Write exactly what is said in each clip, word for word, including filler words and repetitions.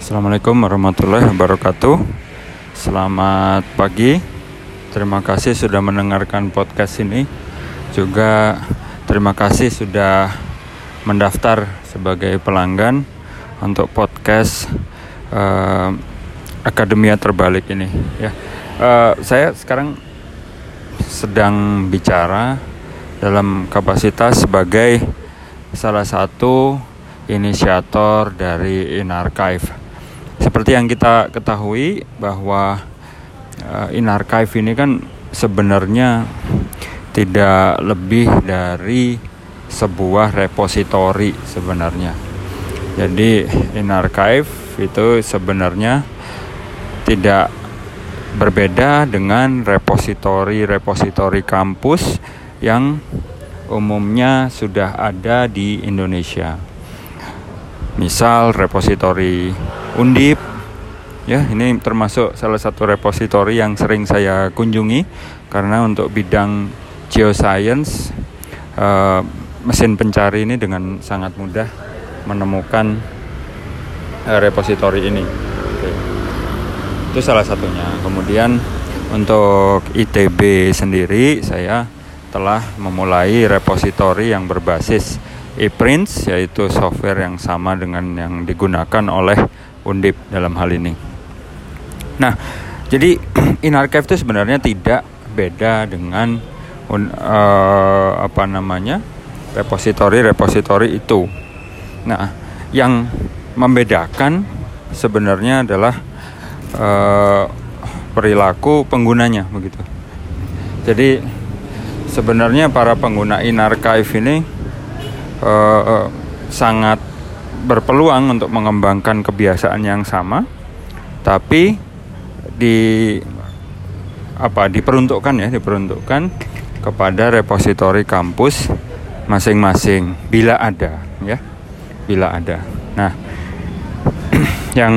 Assalamualaikum warahmatullahi wabarakatuh. Selamat pagi. Terima kasih sudah mendengarkan podcast ini. Juga terima kasih sudah mendaftar sebagai pelanggan untuk podcast uh, Akademia Terbalik ini. Ya, uh, saya sekarang sedang bicara dalam kapasitas sebagai salah satu inisiator dari InArchive. Seperti yang kita ketahui bahwa uh, InArchive ini kan sebenarnya tidak lebih dari sebuah repositori sebenarnya. Jadi InArchive itu sebenarnya tidak berbeda dengan repositori-repositori kampus yang umumnya sudah ada di Indonesia. Misal repositori Undip, ya, ini termasuk salah satu repositori yang sering saya kunjungi karena untuk bidang geoscience, uh, mesin pencari ini dengan sangat mudah menemukan uh, repositori ini. Oke. Itu salah satunya. Kemudian untuk I T B sendiri saya telah memulai repositori yang berbasis ePrints, yaitu software yang sama dengan yang digunakan oleh Undip dalam hal ini. Nah, jadi InArchive itu sebenarnya tidak beda dengan uh, apa namanya repositori-repositori itu. Nah, yang membedakan sebenarnya adalah uh, perilaku penggunanya, begitu. Jadi sebenarnya para pengguna InArchive ini uh, uh, sangat berpeluang untuk mengembangkan kebiasaan yang sama, tapi di apa diperuntukkan ya diperuntukkan kepada repositori kampus masing-masing bila ada ya bila ada. Nah, yang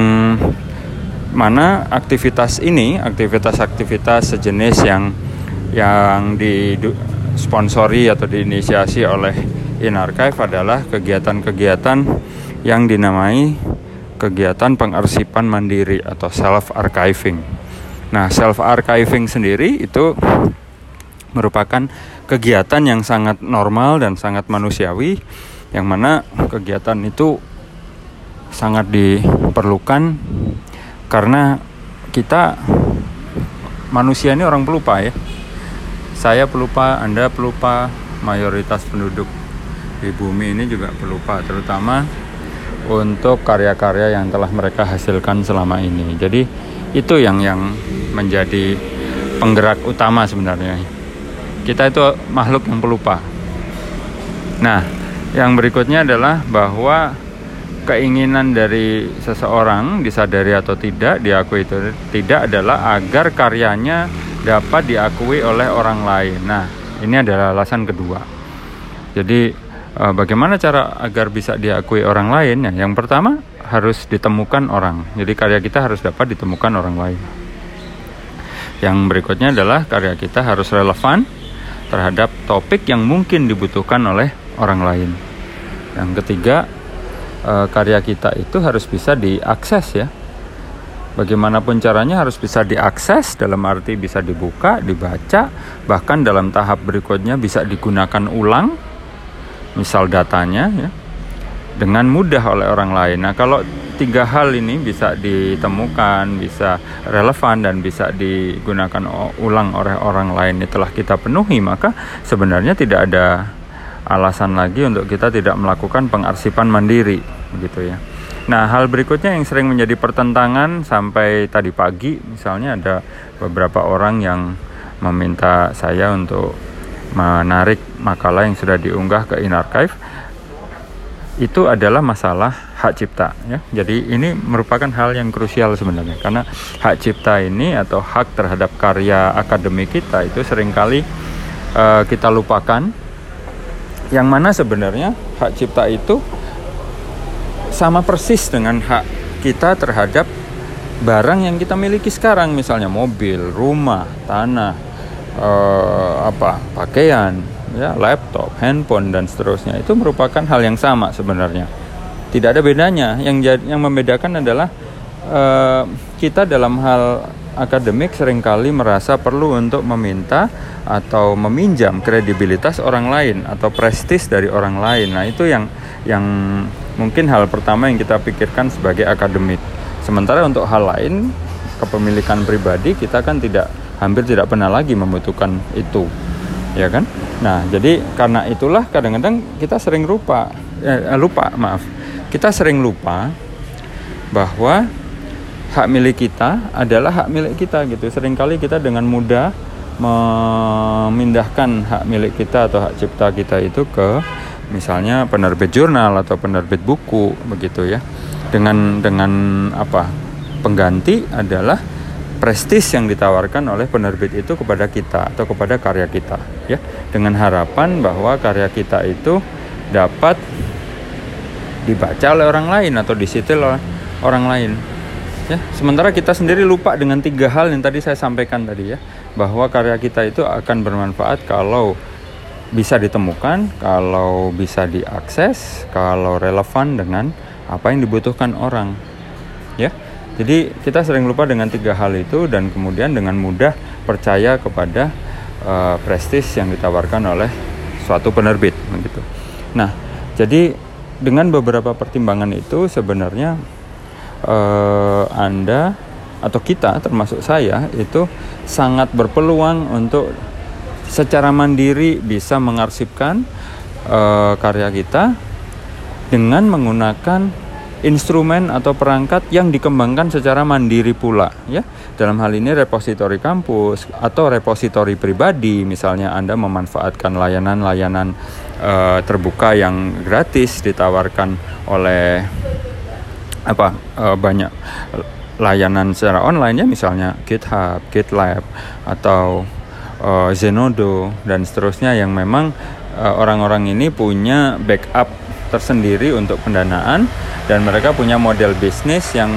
mana aktivitas ini aktivitas-aktivitas sejenis yang yang disponsori atau diinisiasi oleh InArchive adalah kegiatan-kegiatan yang dinamai kegiatan pengarsipan mandiri atau self-archiving. Nah, self-archiving sendiri itu merupakan kegiatan yang sangat normal dan sangat manusiawi, yang mana kegiatan itu sangat diperlukan karena kita manusia ini orang pelupa ya. Saya pelupa, Anda pelupa, mayoritas penduduk di bumi ini juga pelupa, terutama untuk karya-karya yang telah mereka hasilkan selama ini. Jadi itu yang yang menjadi penggerak utama sebenarnya. Kita itu makhluk yang pelupa. Nah, yang berikutnya adalah bahwa keinginan dari seseorang, disadari atau tidak, diakui itu tidak, adalah agar karyanya dapat diakui oleh orang lain. Nah, ini adalah alasan kedua. Jadi bagaimana cara agar bisa diakui orang lain? Ya, yang pertama harus ditemukan orang. Jadi karya kita harus dapat ditemukan orang lain. Yang berikutnya adalah karya kita harus relevan terhadap topik yang mungkin dibutuhkan oleh orang lain. Yang ketiga, karya kita itu harus bisa diakses ya. Bagaimanapun caranya harus bisa diakses, dalam arti bisa dibuka, dibaca, bahkan dalam tahap berikutnya bisa digunakan ulang, misal datanya ya, dengan mudah oleh orang lain. Nah, kalau tiga hal ini bisa ditemukan, bisa relevan dan bisa digunakan ulang oleh orang lain, telah kita penuhi, maka sebenarnya tidak ada alasan lagi untuk kita tidak melakukan pengarsipan mandiri, begitu ya. Nah, hal berikutnya yang sering menjadi pertentangan sampai tadi pagi, misalnya ada beberapa orang yang meminta saya untuk menarik makalah yang sudah diunggah ke InArchive, itu adalah masalah hak cipta ya. Jadi ini merupakan hal yang krusial sebenarnya, karena hak cipta ini atau hak terhadap karya akademik kita itu seringkali uh, kita lupakan, yang mana sebenarnya hak cipta itu sama persis dengan hak kita terhadap barang yang kita miliki sekarang, misalnya mobil, rumah, tanah, eh, apa, pakaian, ya, laptop, handphone dan seterusnya. Itu merupakan hal yang sama sebenarnya. Tidak ada bedanya. Yang yang membedakan adalah uh, kita dalam hal akademik seringkali merasa perlu untuk meminta atau meminjam kredibilitas orang lain atau prestis dari orang lain. Nah, itu yang yang mungkin hal pertama yang kita pikirkan sebagai akademik. Sementara untuk hal lain, kepemilikan pribadi, kita kan tidak hampir tidak pernah lagi membutuhkan itu, ya kan? Nah, jadi karena itulah kadang-kadang kita sering lupa, eh, lupa, maaf, kita sering lupa bahwa hak milik kita adalah hak milik kita gitu. Seringkali kita dengan mudah memindahkan hak milik kita atau hak cipta kita itu ke misalnya penerbit jurnal atau penerbit buku begitu ya. Dengan dengan apa? Pengganti adalah prestis yang ditawarkan oleh penerbit itu kepada kita atau kepada karya kita ya. Dengan harapan bahwa karya kita itu dapat dibaca oleh orang lain atau disitil oleh orang lain. Ya, sementara kita sendiri lupa dengan tiga hal yang tadi saya sampaikan tadi ya, bahwa karya kita itu akan bermanfaat kalau bisa ditemukan, kalau bisa diakses, kalau relevan dengan apa yang dibutuhkan orang. Ya. Jadi kita sering lupa dengan tiga hal itu dan kemudian dengan mudah percaya kepada uh, prestis yang ditawarkan oleh suatu penerbit begitu. Nah, jadi dengan beberapa pertimbangan itu sebenarnya Uh, Anda atau kita termasuk saya itu sangat berpeluang untuk secara mandiri bisa mengarsipkan uh, karya kita dengan menggunakan instrumen atau perangkat yang dikembangkan secara mandiri pula ya. Dalam hal ini repositori kampus atau repositori pribadi, misalnya Anda memanfaatkan layanan-layanan uh, terbuka yang gratis ditawarkan oleh apa uh, banyak layanan secara online ya, misalnya GitHub, GitLab atau uh, Zenodo dan seterusnya yang memang uh, orang-orang ini punya backup tersendiri untuk pendanaan dan mereka punya model bisnis yang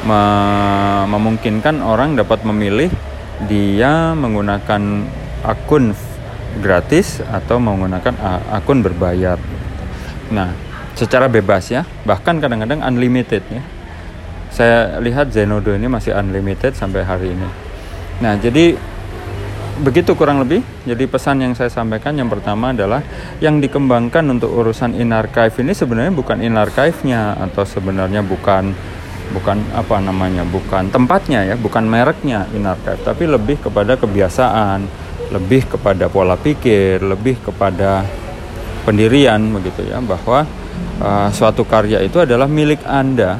me- memungkinkan orang dapat memilih dia menggunakan akun gratis atau menggunakan uh, akun berbayar. Nah, secara bebas ya, bahkan kadang-kadang unlimited ya. Saya lihat Zenodo ini masih unlimited sampai hari ini. Nah, jadi begitu kurang lebih. Jadi pesan yang saya sampaikan yang pertama adalah yang dikembangkan untuk urusan in-archive ini sebenarnya bukan in-archive-nya atau sebenarnya bukan bukan apa namanya, bukan tempatnya ya, bukan mereknya in-archive, tapi lebih kepada kebiasaan, lebih kepada pola pikir, lebih kepada pendirian begitu ya, bahwa Uh, suatu karya itu adalah milik Anda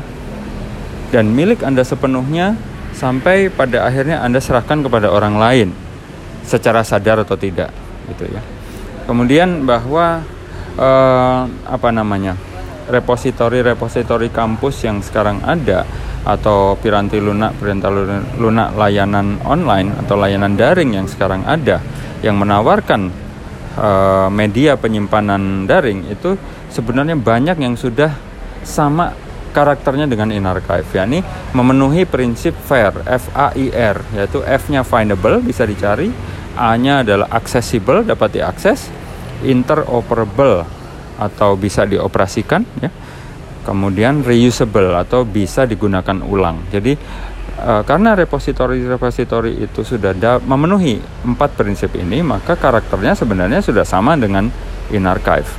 dan milik Anda sepenuhnya sampai pada akhirnya Anda serahkan kepada orang lain secara sadar atau tidak gitu ya. Kemudian bahwa uh, apa namanya repositori-repositori kampus yang sekarang ada atau piranti lunak piranti lunak layanan online atau layanan daring yang sekarang ada yang menawarkan uh, media penyimpanan daring itu sebenarnya banyak yang sudah sama karakternya dengan in-archive, yakni memenuhi prinsip FAIR, F A I R, yaitu F-nya findable, bisa dicari, A-nya adalah accessible, dapat diakses, interoperable atau bisa dioperasikan, ya. Kemudian reusable atau bisa digunakan ulang. Jadi uh, karena repositori-repositori itu sudah da- memenuhi empat prinsip ini, maka karakternya sebenarnya sudah sama dengan in-archive.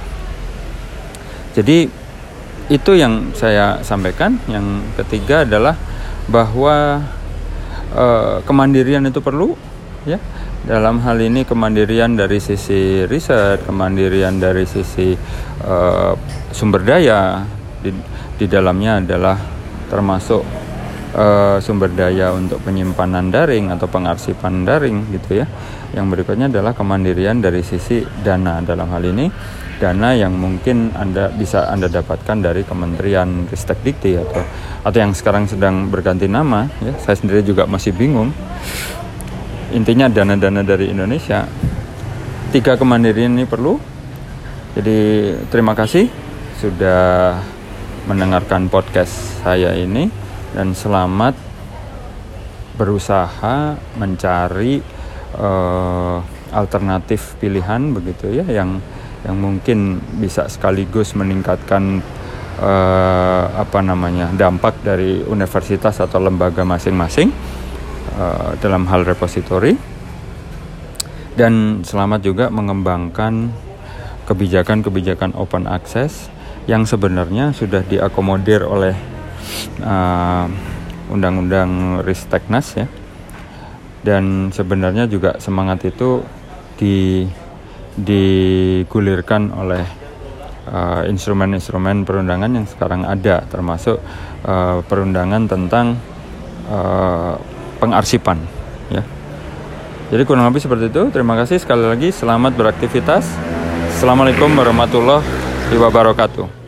Jadi itu yang saya sampaikan. Yang ketiga adalah bahwa e, kemandirian itu perlu ya. Dalam hal ini kemandirian dari sisi riset, kemandirian dari sisi e, sumber daya. Di, di dalamnya adalah termasuk e, sumber daya untuk penyimpanan daring atau pengarsipan daring gitu ya. Yang berikutnya adalah kemandirian dari sisi dana. Dalam hal ini dana yang mungkin Anda bisa Anda dapatkan dari Kementerian Ristekdikti atau atau yang sekarang sedang berganti nama ya. Saya sendiri juga masih bingung. Intinya dana-dana dari Indonesia. Tiga kemandirian ini perlu. Jadi terima kasih sudah mendengarkan podcast saya ini dan selamat berusaha mencari uh, alternatif pilihan begitu ya yang yang mungkin bisa sekaligus meningkatkan uh, apa namanya dampak dari universitas atau lembaga masing-masing uh, dalam hal repositori. Dan selamat juga mengembangkan kebijakan-kebijakan open access yang sebenarnya sudah diakomodir oleh uh, Undang-Undang Risteknas ya. Dan sebenarnya juga semangat itu di digulirkan oleh uh, instrumen-instrumen perundangan yang sekarang ada, termasuk uh, perundangan tentang uh, pengarsipan ya. Jadi kurang lebih seperti itu. Terima kasih sekali lagi. Selamat beraktivitas. Assalamualaikum warahmatullahi wabarakatuh.